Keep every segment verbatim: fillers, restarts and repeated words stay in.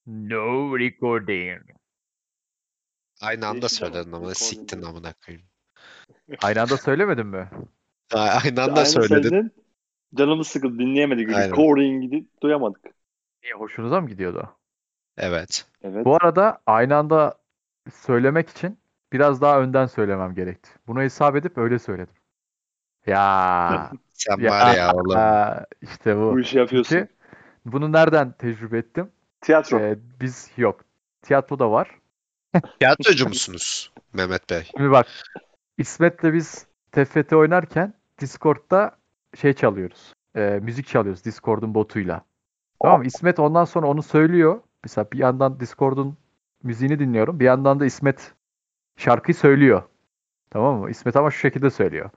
No recording. Aynı anda Değişik ama, söyledin ama recording siktin değil. amına koyayım. Aynı anda söylemedin mi? A- Aynı anda Aynı söyledin. söyledin. Canımız sıkıldı. Dinleyemedik. Aynen. Recording gidip duyamadık. Niye, hoşunuza mı gidiyordu? Evet. Evet. Bu arada aynı anda söylemek için biraz daha önden söylemem gerekti. Bunu hesap edip öyle söyledim. Ya Sen ya var ya oğlum. işte bu. Bu işi yapıyorsun. Çünkü bunu nereden tecrübe ettim? Tiyatro. Ee, biz yok. Tiyatroda var. Tiyatrocu musunuz Mehmet Bey? Şimdi bak, İsmet'le biz T F T oynarken Discord'da şey çalıyoruz. Ee, müzik çalıyoruz Discord'un botuyla. Tamam mı? İsmet ondan sonra onu söylüyor. Mesela bir yandan Discord'un müziğini dinliyorum. Bir yandan da İsmet şarkıyı söylüyor. Tamam mı? İsmet ama şu şekilde söylüyor.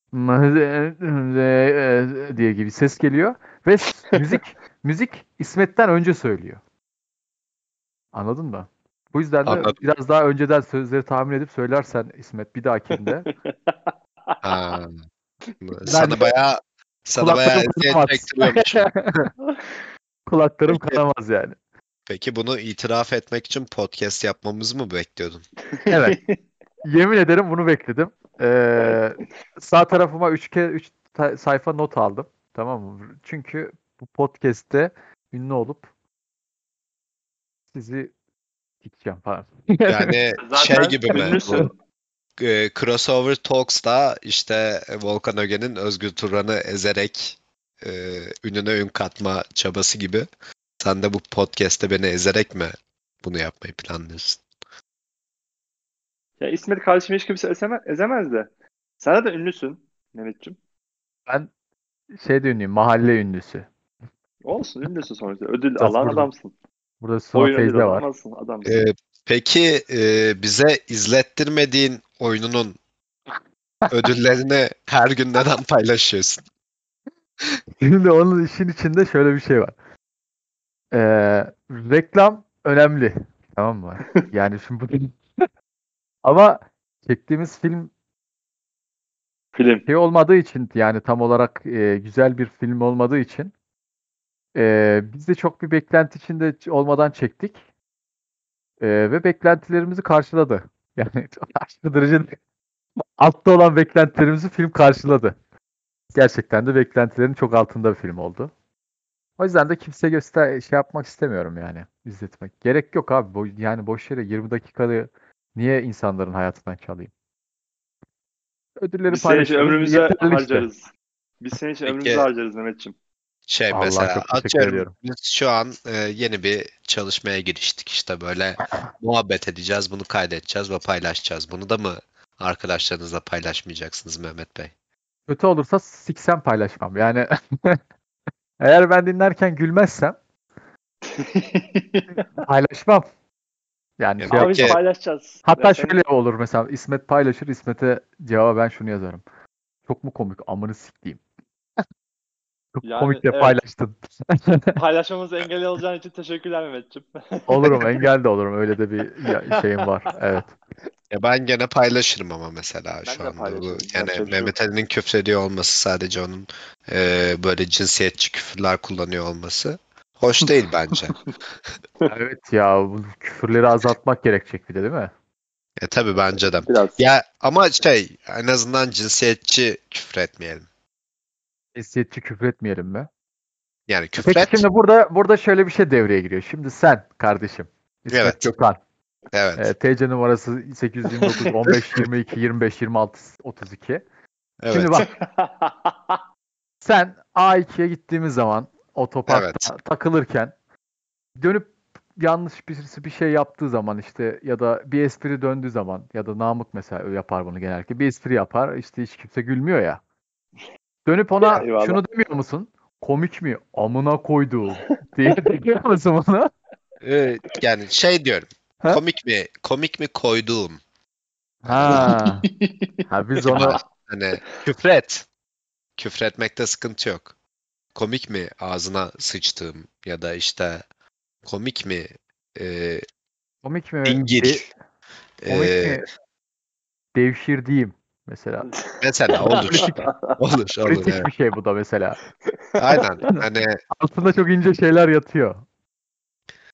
diye gibi ses geliyor. Ve müzik müzik İsmet'ten önce söylüyor. Anladın mı? Bu yüzden de Anladım. biraz daha önceden sözleri tahmin edip söylersen İsmet bir dahakinde Ha. Sana bayağı sana bayağı kulaklarım eziyet kanamaz. çektiriyormuşum. Kulaklarım Peki, kanamaz yani. peki bunu itiraf etmek için podcast yapmamızı mı bekliyordun? Evet. Yemin ederim bunu bekledim. Ee, sağ tarafıma üç kere üç sayfa not aldım. Tamam mı? Çünkü bu podcast'te ünlü olup sizi gideceğim falan. Yani şey Zaten gibi mi? ünlüsün. Bu e, Crossover Talks'ta işte Volkan Öge'nin Özgür Turan'ı ezerek e, ününe ün katma çabası gibi. Sen de bu podcast'te beni ezerek mi bunu yapmayı planlıyorsun? Ya İsmet kardeşim hiç kimse ezemez, ezemez de. Sen de ünlüsün Mehmetciğim. Ben şey de ünlüyüm, mahalle ünlüsü. Olsun, ünlüsün sonuçta. Ödül Biraz alan burada. adamsın. Burada Suna Oyun ödül teyze alan var. adamsın. adamsın. E, peki e, bize izlettirmediğin oyununun ödüllerini her gün neden paylaşıyorsun? Şimdi onun işin içinde şöyle bir şey var. Ee, reklam önemli. Tamam mı? Yani şimdi bu ama çektiğimiz film Film. şey olmadığı için, yani tam olarak e, güzel bir film olmadığı için e, biz de çok bir beklenti içinde ç- olmadan çektik. E, ve beklentilerimizi karşıladı. Yani çok aşırı derecede altta olan beklentilerimizi film karşıladı. Gerçekten de beklentilerin çok altında bir film oldu. O yüzden de kimseye göster şey yapmak istemiyorum yani, izletmek. Gerek yok abi. Bo- yani boş yere yirmi dakikayı niye insanların hayatından çalayım? Ödülleri Biz senin için paylaşıyoruz. ömrümüzü Yeterli işte. harcarız. Biz senin için ömrümüzü Peki harcarız Mehmetciğim. şey Vallahi mesela çok teşekkür atıyorum ediyorum. biz şu an e, yeni bir çalışmaya giriştik işte böyle muhabbet edeceğiz, bunu kaydedeceğiz ve paylaşacağız. Bunu da mı arkadaşlarınızla paylaşmayacaksınız Mehmet Bey? Kötü olursa siksem paylaşmam. Yani eğer ben dinlerken gülmezsem paylaşmam. Yani Yani şey Ama biz peki yapmam. paylaşacağız. Hatta Ya sen- şöyle olur mesela, İsmet paylaşır, İsmet'e cevaba ben şunu yazarım. Çok mu komik, amını siktiğim. Çok Yani komik de evet. paylaştın. Paylaşmamızı engel olacağın için teşekkürler Mehmetciğim. Olurum, engel de olurum. Öyle de bir ya- şeyim var. Evet. ya ben gene paylaşırım ama mesela Ben şu de anda bu paylaşırım. yani Yapacak bir şey yok. Mehmet Ali'nin küfrediyor olması sadece onun e, böyle cinsiyetçi küfürler kullanıyor olması hoş değil bence. Evet ya, bu küfürleri azaltmak gerekecek bir de, değil mi? E tabii bence de. Biraz. Ya ama şey en azından cinsiyetçi küfür etmeyelim. Cinsiyetçi küfür etmeyelim mi? Yani Peki küfret. şimdi burada burada şöyle bir şey devreye giriyor. Şimdi sen kardeşim, İsmet Evet. Gökhan, Evet. e, T C numarası sekiz yüz yirmi dokuz on beş yirmi iki yirmi beş yirmi altı otuz iki. Şimdi Evet. bak, sen A ikiye gittiğimiz zaman otoparkta Evet. takılırken dönüp yanlış birisi bir şey yaptığı zaman, işte ya da bir espri döndüğü zaman, ya da Namık mesela yapar bunu genellikle, bir espri yapar, işte hiç kimse gülmüyor ya. Dönüp ona Eyvallah. şunu demiyor musun? Komik mi? Amına koyduğum diye demiyor musun bunu? Ee, yani şey diyorum. Ha? Komik mi? Komik mi koyduğum? Ha. Ha biz Gibi. onu Hani küfret. Küfretmekte sıkıntı yok. Komik mi ağzına sıçtığım ya da işte komik mi e, komik mi? dingil De- komik e, mi? Devşirdiğim mesela. mesela olur. Politik Olur olur politik evet. bir şey bu da mesela. Aynen. Hani Altında çok ince şeyler yatıyor.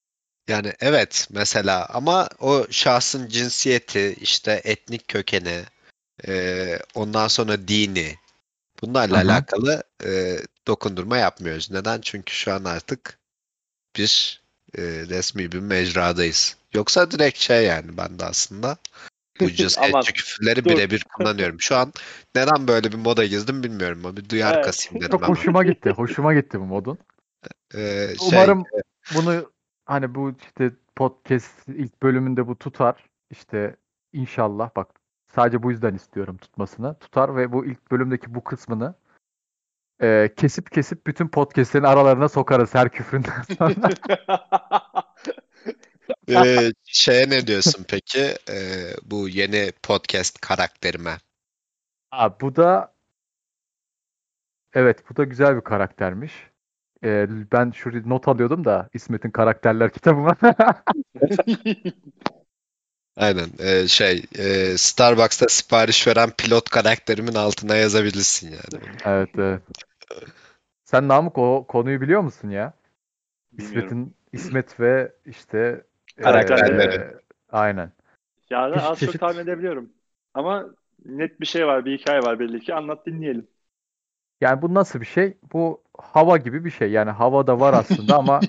Yani evet mesela ama o şahsın cinsiyeti, işte etnik kökeni, e, ondan sonra dini Hı bunlarla hı. alakalı e, dokundurma yapmıyoruz. Neden? Çünkü şu an artık bir e, resmi bir mecradayız. Yoksa direkt şey yani ben de aslında bu cinsiyetçi Aman küfürleri dur. birebir kullanıyorum. Şu an neden böyle bir moda girdim bilmiyorum ama bir duyar Evet. kasayım dedim Çok hemen. hoşuma gitti. Hoşuma gitti bu modun. E, şey Umarım bunu hani bu işte podcast ilk bölümünde bu tutar. İşte inşallah bak sadece bu yüzden istiyorum tutmasını. Tutar ve bu ilk bölümdeki bu kısmını e, kesip kesip bütün podcastlerin aralarına sokarız her küfründen sonra. e, şeye ne diyorsun peki? E, bu yeni podcast karakterime. Aa, bu da evet bu da güzel bir karaktermiş. E, ben şurada not alıyordum da İsmet'in karakterler kitabıma. Aynen. Ee, şey, e, Starbucks'ta sipariş veren pilot karakterimin altına yazabilirsin yani bunu. Evet, evet. Sen Namık o konuyu biliyor musun ya? Bilmiyorum. İsmet'in İsmet ve işte Karakterleri. Karakterleri. eee, aynen. Yani Çeşit az çok çeşit. tahmin edebiliyorum. Ama net bir şey var, bir hikaye var belli ki. Anlat dinleyelim. Yani bu nasıl bir şey? Bu hava gibi bir şey. Yani hava da var aslında ama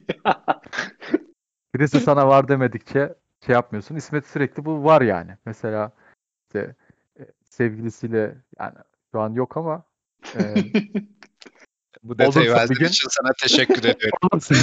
birisi sana var demedikçe şey yapmıyorsun. İsmet sürekli bu var yani. Mesela işte e, sevgilisiyle yani şu an yok ama e, Bu detayı olursa bir verdiğin gün için sana teşekkür ediyorum. olursa,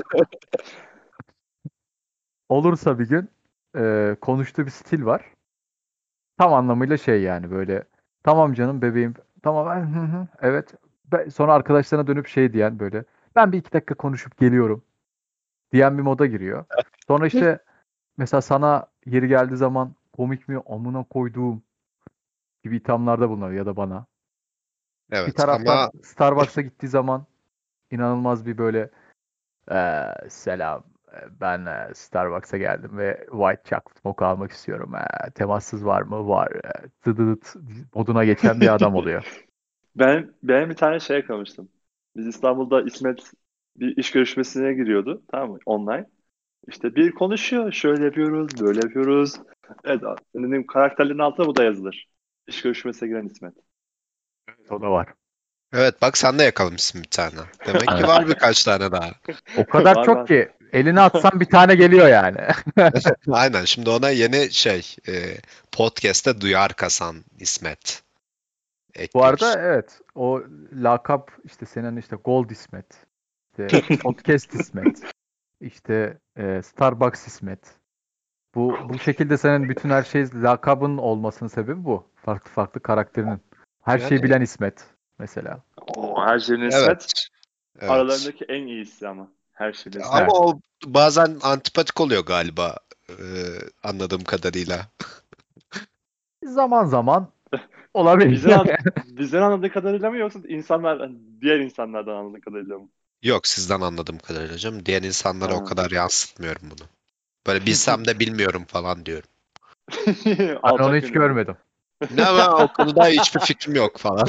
olursa bir gün e, konuştuğu bir stil var. Tam anlamıyla şey yani böyle tamam canım bebeğim tamam ben, hı hı, evet. Ben- sonra arkadaşlarına dönüp şey diyen böyle ben bir iki dakika konuşup geliyorum diyen bir moda giriyor. Sonra işte mesela sana yeri geldiği zaman komik mi amına koyduğum gibi ithamlarda bulunur ya da bana. Bir Evet taraftan ama Starbucks'a gittiği zaman inanılmaz bir böyle "Eee, selam eee, ben eee, Starbucks'a geldim ve White Chocolate Mocha almak istiyorum. Eee, temassız var mı? Var. Eee, dıdıdıt moduna geçen bir adam oluyor. Ben ben bir tane şey yakalamıştım. Biz İstanbul'da İsmet bir iş görüşmesine giriyordu. Tamam mı? Online. İşte bir konuşuyor. Şöyle yapıyoruz, böyle yapıyoruz. Evet, dedim karakterlerin altına bu da yazılır. İş görüşmesine giren İsmet. O da var. evet bak sen de yakalamışsın bir tane. Demek ki Evet. var birkaç tane daha. O kadar Var çok var. ki eline atsan bir tane geliyor yani. Aynen şimdi ona yeni şey e, podcast'te duyar kasan İsmet Bu arada ekliyoruz. evet o lakap işte senin işte Gold İsmet, işte Podcast İsmet, işte eee, Starbucks İsmet. Bu bu şekilde senin bütün her şey lakabın olmasının sebebi bu. Farklı farklı karakterinin. Her şeyi Yani bilen İsmet mesela. O her şeyin İsmet. evet. Evet. Aralarındaki en iyisi ama. Her şeyin Ama İsmet. Evet. o bazen antipatik oluyor galiba e, anladığım kadarıyla. Zaman zaman olabilir. Bizden, an- bizden anladığı kadarıyla mı yoksa insanlar, diğer insanlardan anladığı kadarıyla mı? Yok sizden anladığım kadarıyla hocam. Diğer insanlara o Ha. kadar yansıtmıyorum bunu. Böyle bilsem de bilmiyorum falan diyorum. Ben onu Alçak hiç gönüllü. görmedim. Ne ama o konuda hiçbir fikrim yok falan.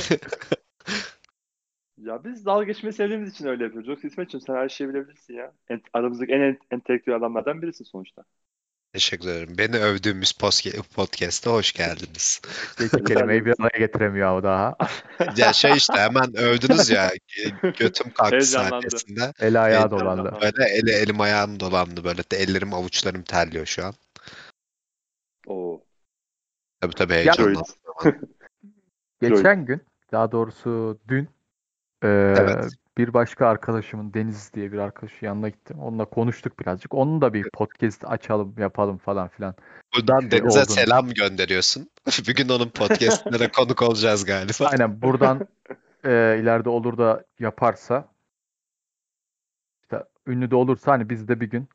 Ya biz dalga geçmeyi sevdiğimiz için öyle yapıyoruz. Yoksa İsmetciğim sen her şeyi bilebilirsin ya. En, aramızdaki en en entelektüel adamlardan birisin sonuçta. Teşekkür ederim. Beni övdüğümüz poske- podcast'a hoş geldiniz. İşte iki Rica kelimeyi bir ederiz. araya getiremiyor o daha. Ya şey işte hemen övdünüz ya e, götüm kalktı Heyecanlandı. saniyesinde. El ayağı dolandı. Heyecanlandım. Heyecanlandı. Böyle eli, elim ayağım dolandı. Böyle de ellerim avuçlarım terliyor şu an. Oo. Tabii tabii Ya Tiroid. heyecanlandım. Hemen. Tiroid. geçen gün daha doğrusu dün eee, Evet. bir başka arkadaşımın Deniz diye bir arkadaşı yanına gittim. Onunla konuştuk birazcık. Onun da bir podcast açalım yapalım falan filan Buradan bir Deniz'e olduğunu. selam gönderiyorsun. Bir gün onun podcast'ine de konuk olacağız galiba. Aynen buradan eee, ileride olur da yaparsa işte ünlü de olursa hani biz de bir gün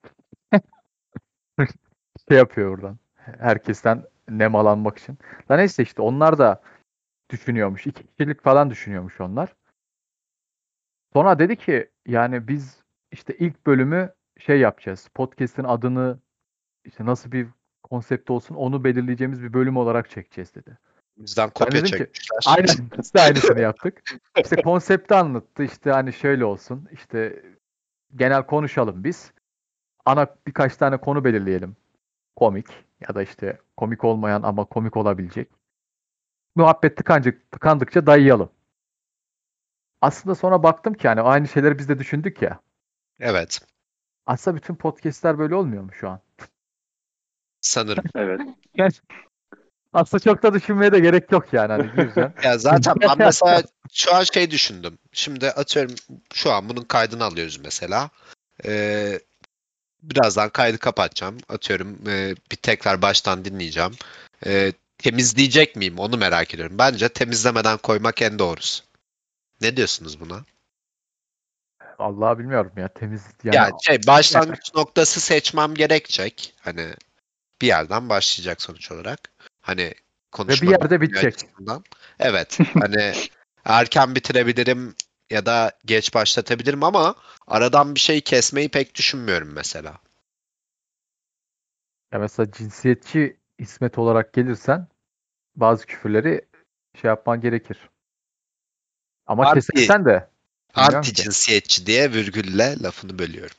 şey yapıyor oradan. Herkesten nemalanmak için. Da neyse işte onlar da düşünüyormuş. İki kişilik falan düşünüyormuş onlar. Sonra dedi ki yani biz işte ilk bölümü şey yapacağız. Podcast'in adını işte nasıl bir konsept olsun onu belirleyeceğimiz bir bölüm olarak çekeceğiz dedi. Bizden Ben kopya dedim ki çekmişler. aynen biz de aynısını yaptık. İşte konsepti anlattı. İşte hani şöyle olsun. İşte genel konuşalım biz. ana birkaç tane konu belirleyelim. Komik ya da işte komik olmayan ama komik olabilecek. Muhabbet tıkancık, tıkandıkça dayayalım. Aslında sonra baktım ki yani aynı şeyleri biz de düşündük ya. Evet. Aslında bütün podcastler böyle olmuyor mu şu an? Sanırım. Evet. Yani aslında çok da düşünmeye de gerek yok yani. Hani gireceksin. Ya zaten ben mesela şu an şey düşündüm. Şimdi atıyorum şu an bunun kaydını alıyoruz mesela. Ee, birazdan kaydı kapatacağım. Atıyorum e, bir tekrar baştan dinleyeceğim. Ee, temizleyecek miyim onu merak ediyorum. Bence temizlemeden koymak en doğrusu. Ne diyorsunuz buna? Vallahi bilmiyorum ya. Temiz yani. Yani şey başlangıç noktası seçmem gerekecek. Hani bir yerden başlayacak sonuç olarak. Hani Ve bir konuşma yerde bitecek. açısından. Evet. Hani erken bitirebilirim ya da geç başlatabilirim ama aradan bir şey kesmeyi pek düşünmüyorum mesela. Ya mesela cinsiyetçi İsmet olarak gelirsen bazı küfürleri şey yapman gerekir. Ama Anti, kesersen de bilmiyorum anti ki. cinsiyetçi diye virgülle lafını bölüyorum.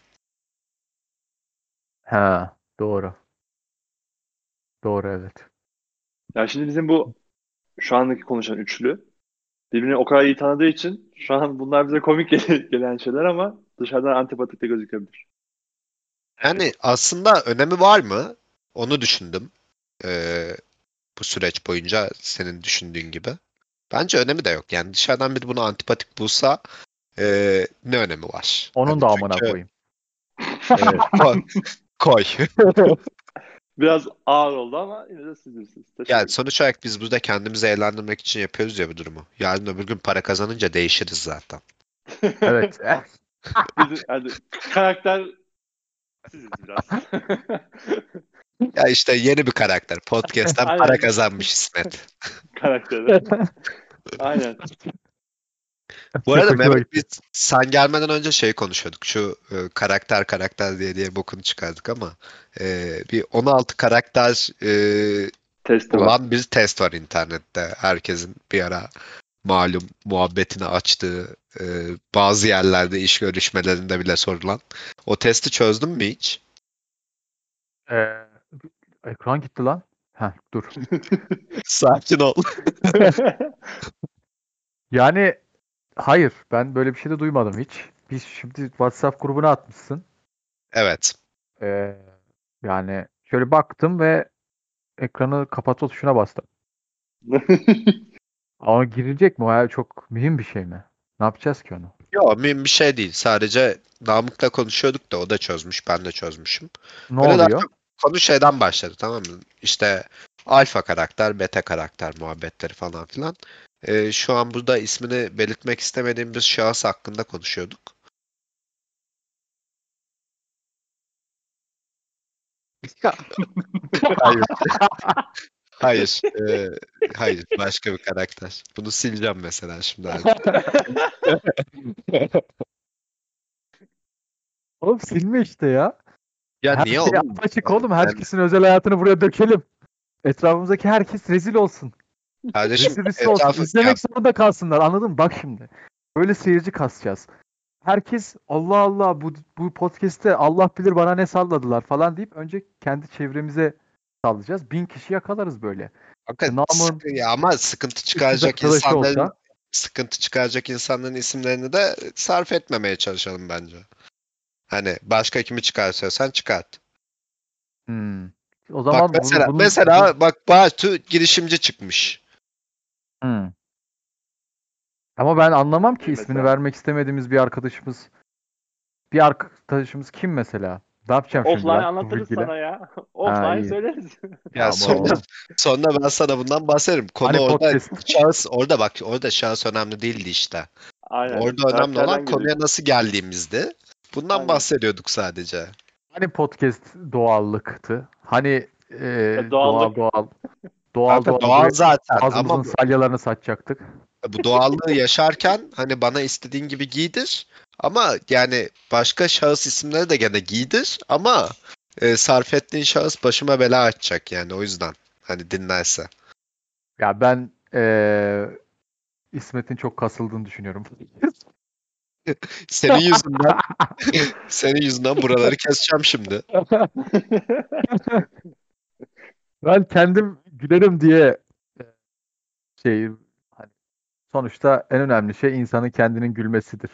Ha, doğru. Doğru evet. Ya şimdi bizim bu şu andaki konuşan üçlü birbirini o kadar iyi tanıdığı için şu an bunlar bize komik gel- gelen şeyler ama dışarıdan antipatik de gözükebilir. Yani aslında önemi var mı? Onu düşündüm. Ee, bu süreç boyunca senin düşündüğün gibi. Bence önemi de yok. Yani dışarıdan biri bunu antipatik bulsa ee, ne önemi var? Onun Hani da amına çünkü koyayım. ee, koy. koy. Biraz ağır oldu ama yine de siz bilirsiniz. Yani Teşekkür sonuç olarak biz burada kendimizi eğlendirmek için yapıyoruz ya bu durumu. Yarın öbür gün para kazanınca değişiriz zaten. ederim. Evet. Eh, Bizim hadi karakter siziz biraz. Ya işte yeni bir karakter. Podcast'ten para Aynen. kazanmış İsmet. Karakteri. Aynen. Bu Çok arada hoşuma Mehmet gitti. biz sen gelmeden önce şey konuşuyorduk. Şu e, karakter karakter diye diye bokunu çıkardık ama e, bir on altı karakter e, Testi var. olan bir test var internette. Herkesin bir ara malum muhabbetini açtığı e, bazı yerlerde iş görüşmelerinde bile sorulan. O testi çözdün mü hiç? Ee, ekran gitti lan. Heh, dur. Sakin ol. Yani hayır ben böyle bir şey de duymadım hiç. Biz şimdi WhatsApp grubuna atmışsın. Evet. Ee, yani şöyle baktım ve ekranı kapatma tuşuna bastım. Ama girilecek mi? O ya çok mühim bir şey mi? Ne yapacağız ki onu? Yok mühim bir şey değil. Sadece Namık'la konuşuyorduk da o da çözmüş. Ben de çözmüşüm. Ne Böyle daha oluyor? çok konu şeyden başladı tamam mı? İşte alfa karakter, beta karakter muhabbetleri falan filan. Ee, şu an burada ismini belirtmek istemediğim bir şahıs hakkında konuşuyorduk. Hayır. Hayır. e, hayır. Başka bir karakter. Bunu sileceğim mesela şimdi artık. Oğlum silme işte ya. Ya Her niye şey oğlum? apaçık oğlum. Yani Herkesin özel hayatını buraya dökelim. Etrafımızdaki herkes rezil olsun. kardeşim Rezil rüsva olsun. etrafı ya İzlemek zorunda kalsınlar. Anladın mı? Bak şimdi. Böyle seyirci kasacağız. Herkes Allah Allah bu, bu podcast'te Allah bilir bana ne salladılar falan deyip önce kendi çevremize sallayacağız. Bin kişi yakalarız böyle. Hakikaten İşte Namık'ın sıkı- ya ama sıkıntı üç yüz çıkaracak arkadaşı insanların olsa. sıkıntı çıkaracak insanların isimlerini de sarf etmemeye çalışalım bence. Hani başka kimi çıkartıyorsan çıkart. Hmm. O Bak zaman bunu, mesela bunu, bu, mesela bak Bartu girişimci çıkmış. hmm. Ama ben anlamam ki İyi ismini mesela. vermek istemediğimiz bir arkadaşımız. Bir arkadaşımız kim mesela? Ne yapacağım şimdi Offline ben bu anlatırız bilgiyle? sana ya. Ha Offline iyi. söyleriz. Ya Ama sonra o sonra ben sana bundan bahsederim. Konu hani orada podcast. şahıs orada bak orada şahıs önemli değildi işte. Aynen. Orada önemli olan Karakterden konuya girdik. nasıl geldiğimizdi. Bundan Aynen. bahsediyorduk sadece. Hani podcast doğallıktı. Hani e, E, doğal doğallık. doğal doğal Kanka doğal doğal buraya zaten ağzımızın ama bu, salyalarını saçacaktık. bu doğallığı yaşarken hani bana istediğin gibi giydir ama yani başka şahıs isimleri de gene giydir ama e, sarf ettiğin şahıs başıma bela açacak yani o yüzden hani dinlerse. Ya ben e, İsmet'in çok kasıldığını düşünüyorum. Senin yüzünden senin yüzünden buraları keseceğim şimdi. Ben kendim gülerim diye e, şey hani sonuçta en önemli şey insanın kendinin gülmesidir.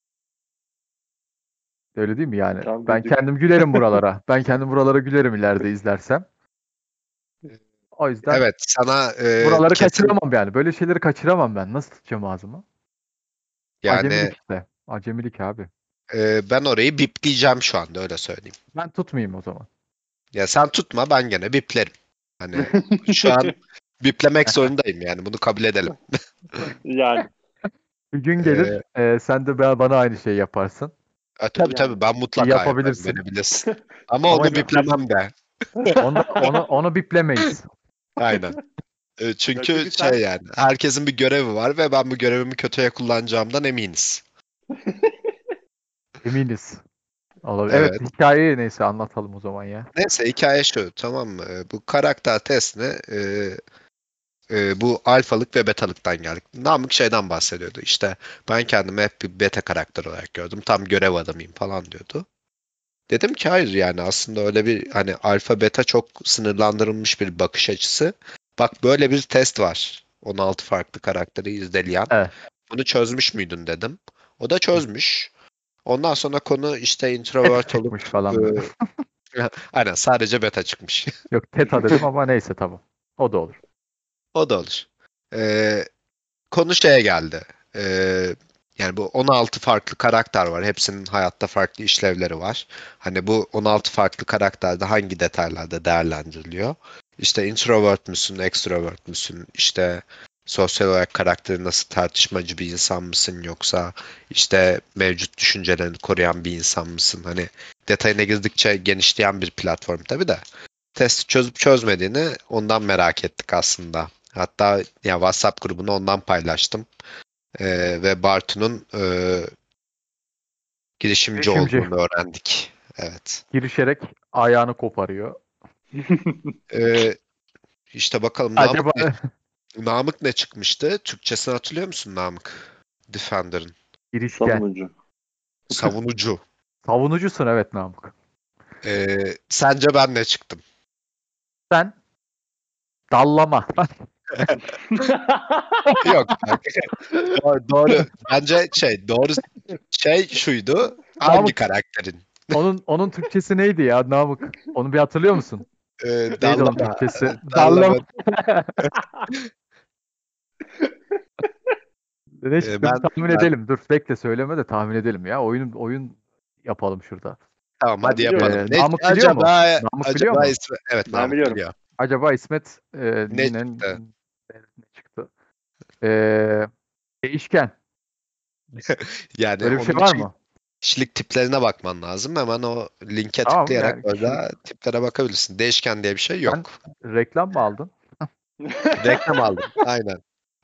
Öyle değil mi yani? Tam Ben güldük. kendim gülerim buralara. Ben kendim buralara gülerim ileride izlersem. O yüzden Evet, sana e, buraları kesin kaçıramam yani. Böyle şeyleri kaçıramam ben. Nasıl tutacağım ağzımı? yani Acemilik işte. Acemilik abi. e, ben orayı bipleyeceğim şu anda, öyle söyleyeyim. Ben tutmayayım o zaman. Ya sen tutma, ben gene biplerim. Hani şu an biplemek zorundayım, yani bunu kabul edelim. Yani. Bir gün gelir, E, e, sen de ba- bana aynı şeyi yaparsın. e, tabii Yani. tabii, ben mutlaka yaparım, Yapabilirsin. beni bilirsin. Ama Ama onu biplemem de. onu onu onu biplemeyiz. Aynen. E, Ya çünkü çünkü sen şey yani, herkesin bir görevi var ve ben bu görevimi kötüye kullanacağımdan eminiz. Eminiz. Olabilir. Evet, Evet. hikayeyi neyse anlatalım o zaman ya. Neyse, hikaye şu, tamam mı? E, Bu karakter testine e, e, bu alfalık ve betalıktan geldik. Namık şeyden bahsediyordu. İşte ben kendimi hep bir beta karakter olarak gördüm. Tam görev adamıyım falan diyordu. Dedim ki hayır, yani aslında öyle bir hani alfa beta çok sınırlandırılmış bir bakış açısı. Bak, böyle bir test var. on altı farklı karakteri irdeleyen. Evet. Bunu çözmüş müydün dedim. O da çözmüş. Ondan sonra konu işte introvert olup Çıkmış falan böyle. e, aynen, sadece beta çıkmış. Yok teta dedim ama neyse tamam. O da olur. O da olur. Ee, Konu şeye geldi. Ee, Yani bu on altı farklı karakter var. Hepsinin hayatta farklı işlevleri var. Hani bu on altı farklı karakterde hangi detaylarda değerlendiriliyor? İşte introvert müsün, extrovert müsün? İşte sosyal olarak karakteri nasıl, tartışmacı bir insan mısın, yoksa işte mevcut düşüncelerini koruyan bir insan mısın? Hani detayına girdikçe genişleyen bir platform tabii de. Testi çözüp çözmediğini ondan merak ettik aslında. Hatta ya WhatsApp grubunu ondan paylaştım. Ee, ve Bartu'nun e, girişimci Girişimci. olduğunu öğrendik. Evet. Girişerek ayağını koparıyor. Ee, işte bakalım Acaba Namık ne, Namık ne çıkmıştı? Türkçesini hatırlıyor musun Namık? Defender'ın. girişken. savunucu. Savunucu. Savunucusun evet Namık. Ee, Sence ben ne çıktım? Sen dallama. Yok. Doğru, doğru. Bence şey doğru şey şuydu. Hangi Namık karakterin? onun onun Türkçesi neydi ya Namık? Onu bir hatırlıyor musun? Ee, Neydi onun dallama. Türkçesi? Dallama. Dallama. Ne Ee, çıktığını ben tahmin ben edelim. Dur bekle söyleme de tahmin edelim ya. Oyun oyun yapalım şurada. Tamam, Ben hadi biliyorum. yapalım. Ee, Ne Namık biliyor mu? acaba Namık biliyor acaba mu? ismi, evet, Ben Namık biliyorum. biliyor. Acaba İsmet e, Ne yine çıktı? ne çıktı? Ee, Değişken. Yani Öyle bir şey onun var için mı? kişilik tiplerine bakman lazım. Hemen o linke Tamam tıklayarak yani kişilik. orada tiplere bakabilirsin. Değişken diye bir şey Sen yok. reklam mı aldın? Reklam aldım. Aynen.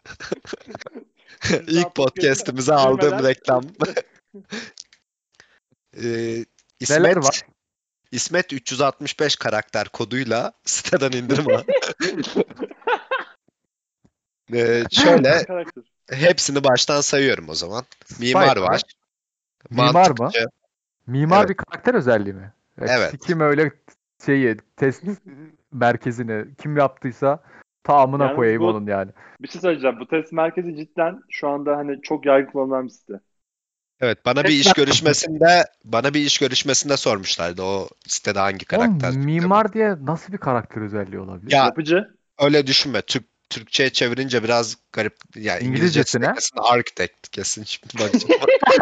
Biz daha İlk podcast'a podcast'imize aldığım girmeden reklam. Ee, Neler var? İsmet İsmet üç yüz altmış beş karakter koduyla siteden indirme. Ee, şöyle karakter. hepsini baştan sayıyorum o zaman. Mimar Spike var. mı? Mimar mı? Mantıkçı. Mimar Evet. bir karakter özelliği mi? Ya Evet. sikim öyle şeyi test merkezini kim yaptıysa tamamına Yalnız koyayım bu onun yani. bir şey söyleyeceğim. Bu test merkezi cidden şu anda hani çok yaygın kullanılan bir site. Evet, bana bir Test iş merkezi. görüşmesinde bana bir iş görüşmesinde sormuşlardı o sitede hangi Oğlum karakter tutuyor. mimar diye nasıl bir karakter özelliği olabilir? Ya Yapıcı. öyle düşünme. Türk Türkçe'ye çevirince biraz garip. Ya İngilizcesine İngilizcesine. kesin architect, kesin şimdi bakacağım.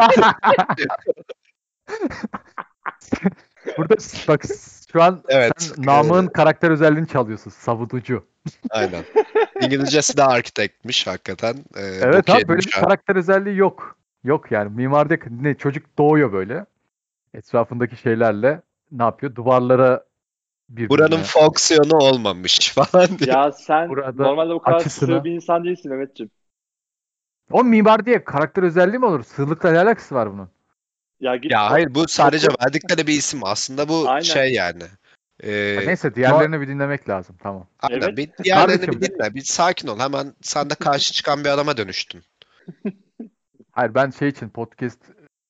Burada bak şu an Evet. sen e, Namık'ın karakter özelliğini çalıyorsun. Savunucu. aynen. İngilizcesi de architect'miş hakikaten. E, Evet bok abi böyle yedim bir şu an. karakter özelliği yok. Yok yani. Mimarda ne çocuk doğuyor böyle. Etrafındaki şeylerle ne yapıyor? Duvarlara Buranın birbirine. fonksiyonu olmamış falan diye. Ya sen Burada normalde bu kadar sığ açısını. bir insan değilsin Mehmetciğim. O mimar diye karakter özelliği mi olur? Sığlıkla ne alakası var bunun? Ya git Ya o, hayır, bu sadece oku. verdikleri bir isim. Aslında bu Aynen. şey yani. Ha, E, neyse no, diğerlerini bir dinlemek lazım. Tamam. aynen. Evet. Bir diğerlerini bir Kardeşim dinle. Bir sakin ol. Hemen sen de karşı çıkan bir adama dönüştün. hayır ben şey için podcast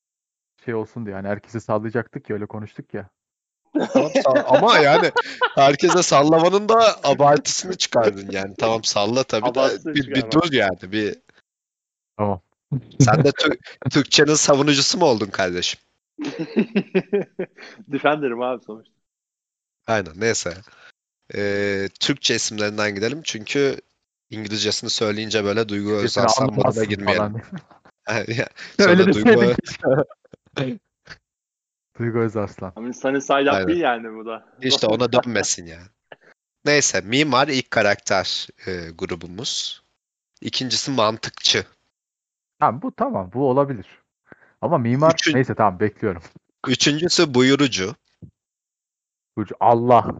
şey olsun diye. Yani herkese sallayacaktık ya, öyle konuştuk ya. Tamam, sall- ama yani herkese sallamanın da abartısını çıkardın yani. Tamam salla tabii de Abartısını bir, bir çıkarma. dur yani. Bir Tamam. sen de Tür- Türkçenin savunucusu mu oldun kardeşim? Defender'ım abi sonuçta. Aynen neyse. Ee, Türkçe isimlerinden gidelim çünkü İngilizcesini söyleyince böyle Duygu Sesini Özaslan moduna anlamazsın girmeyelim. falan. Öyle Sonra deseydin Duygu keşke. Duygu Özarslan. Ama Sunny Side Up aynen. değil yani bu da. İşte ona dönmesin yani. Neyse Mimar ilk karakter e, grubumuz. İkincisi Mantıkçı. Tamam, bu tamam, bu olabilir. Ama mimar, Üçün, neyse tamam, bekliyorum. üçüncüsü Buyurucu. Burcu, Allah.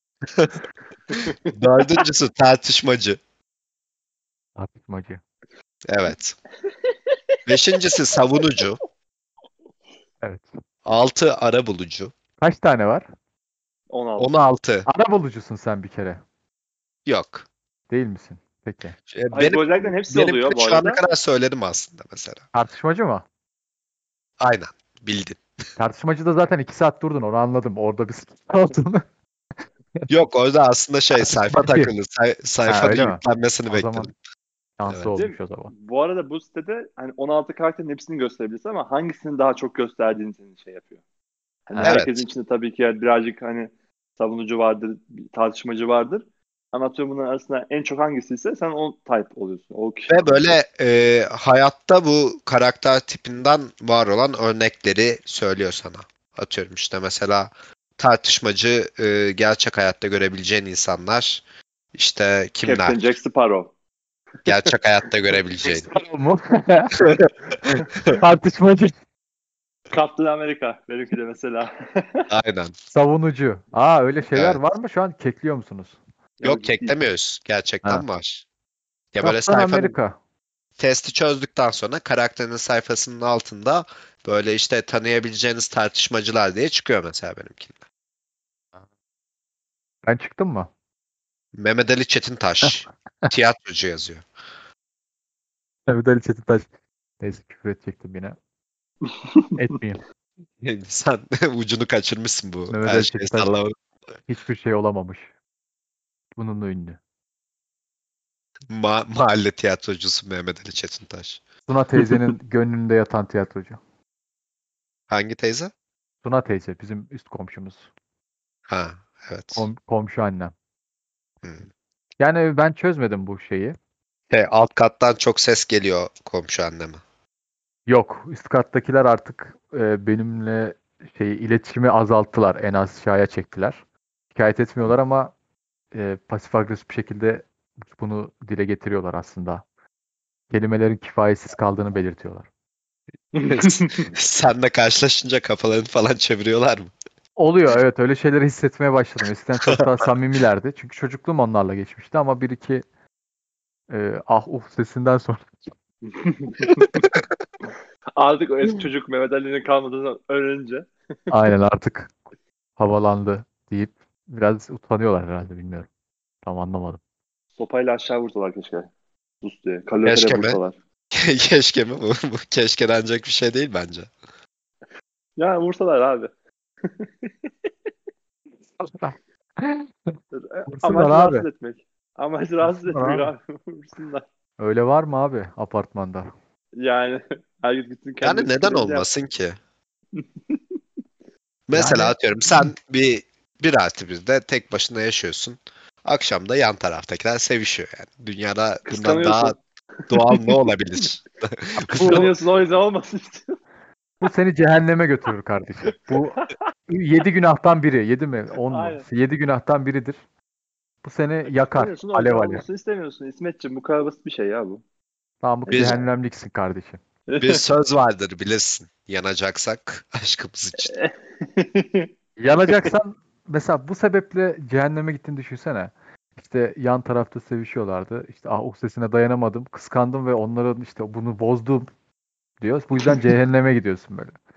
Dördüncüsü Tartışmacı. Atmacı. Evet. Beşincisi Savunucu. Evet. Altı Arabulucu. Kaç tane var? on altı. On altı. Ara bulucusun sen bir kere. Yok. Değil misin? Peki. E, Hayır, Benim, bu özelliklerin hepsi benim oluyor bu şu ana arada. kadar söyledim aslında mesela. Tartışmacı mı? Aynen. Bildin. Tartışmacıda zaten iki saat durdun, onu anladım. Orada bir sıkıntı olduğunu. Yok orada aslında şey sayfa Tartışmacı. takılı. Say, Ha, sayfanın öyle mi? yüklenmesini O zaman bekledim. şansı Evet. olmuş o zaman. Bu arada bu sitede hani on altı karakterin hepsini gösterebilirsin ama hangisini daha çok gösterdiğini senin şey yapıyor. Hani Evet. herkesin içinde tabii ki birazcık hani savunucu vardır, tartışmacı vardır. Anlatıyorum bunların arasında en çok hangisi ise sen o type oluyorsun. O kişi. Ve böyle e, hayatta bu karakter tipinden var olan örnekleri söylüyor sana. Atıyorum işte mesela tartışmacı e, gerçek hayatta görebileceğin insanlar işte kimler? Captain Jack Sparrow. Gerçek hayatta görebileceğin. Tamam. Tartışmacı. Captain America benimki de mesela. Aynen. Savunucu. Aa, öyle şeyler Evet. var mı şu an? Kekliyor musunuz? Yok ciddi. keklemiyoruz. Gerçekten Ha. var. Ya böyle Kaptan sayfanın Amerika. testi çözdükten sonra karakterin sayfasının altında böyle işte tanıyabileceğiniz tartışmacılar diye çıkıyor mesela benimkinde. Ben çıktım mı? Mehmet Ali Çetintaş. Tiyatrocu yazıyor. Mehmet Ali Çetintaş. Neyse, küfür edecektim yine. Etmeyeyim. Sen ucunu kaçırmışsın bu Mehmet her Ali şeyi Çetintaş sallama. hiçbir şey olamamış. Bununla ünlü. Ma- mahalle tiyatrocusu Mehmet Ali Çetintaş. Suna teyzenin gönlünde yatan tiyatrocu. Hangi teyze? Suna teyze bizim üst komşumuz. Ha, evet. Kom- komşu annem. Hmm. Yani ben çözmedim bu şeyi. Şey, alt kattan çok ses geliyor komşu anneme. Yok, üst kattakiler artık e, benimle şey iletişimi azalttılar. En aşağıya çektiler. Şikayet etmiyorlar ama e, pasif agresif bir şekilde bunu dile getiriyorlar aslında. Kelimelerin kifayetsiz kaldığını belirtiyorlar. Senle karşılaşınca kafalarını falan çeviriyorlar mı? Oluyor, evet, öyle şeyleri hissetmeye başladım. Eskiden çok daha samimilerdi. Çünkü çocukluğum onlarla geçmişti ama bir iki e, ah uh sesinden sonra Artık o eski çocuk Mehmet Ali'nin kalmadığını öğrenince. aynen artık havalandı deyip biraz utanıyorlar herhalde, bilmiyorum. Tam anlamadım. Sopayla aşağı vursalar keşke. Sus diye. Kalorifer'e Keşke mi? vursalar. Keşke mi? Bu, bu keşke denecek bir şey değil bence. Ya vursalar abi. Vursunlar Amaç abi. rahatsız etmek. Amaç rahatsız Vursunlar etmek abi. abi. Vursunlar. Öyle var mı abi apartmanda? Yani herkes gitsin kendi Yani neden fikirlerini olmasın yapsın. ki? Mesela Yani atıyorum sen bir bir artı birde tek başına yaşıyorsun. Akşam da yan taraftakiler sevişiyor yani. Dünyada bundan daha Kıskanıyorsun. doğal ne olabilir? bu Kıskanıyorsun o yüzden olmasın istiyorsun. bu seni cehenneme götürür kardeşim. Bu yedi günahtan biri. Yedi mi? On mu? Aynen. Yedi günahtan biridir. Bu seni yakar. Kıskanıyorsun o yüzden Alev alev. olmasını istemiyorsun. İsmetciğim bu kadar basit bir şey ya bu. Pamuk Bir, cehennemliksin kardeşim. bir söz vardır bilirsin. Yanacaksak aşkımız için. Yanacaksan mesela bu sebeple cehenneme gittiğini düşünsene. İşte yan tarafta sevişiyorlardı. İşte ah uh sesine dayanamadım. Kıskandım ve onların işte bunu bozdum diyor. Bu yüzden cehenneme gidiyorsun böyle.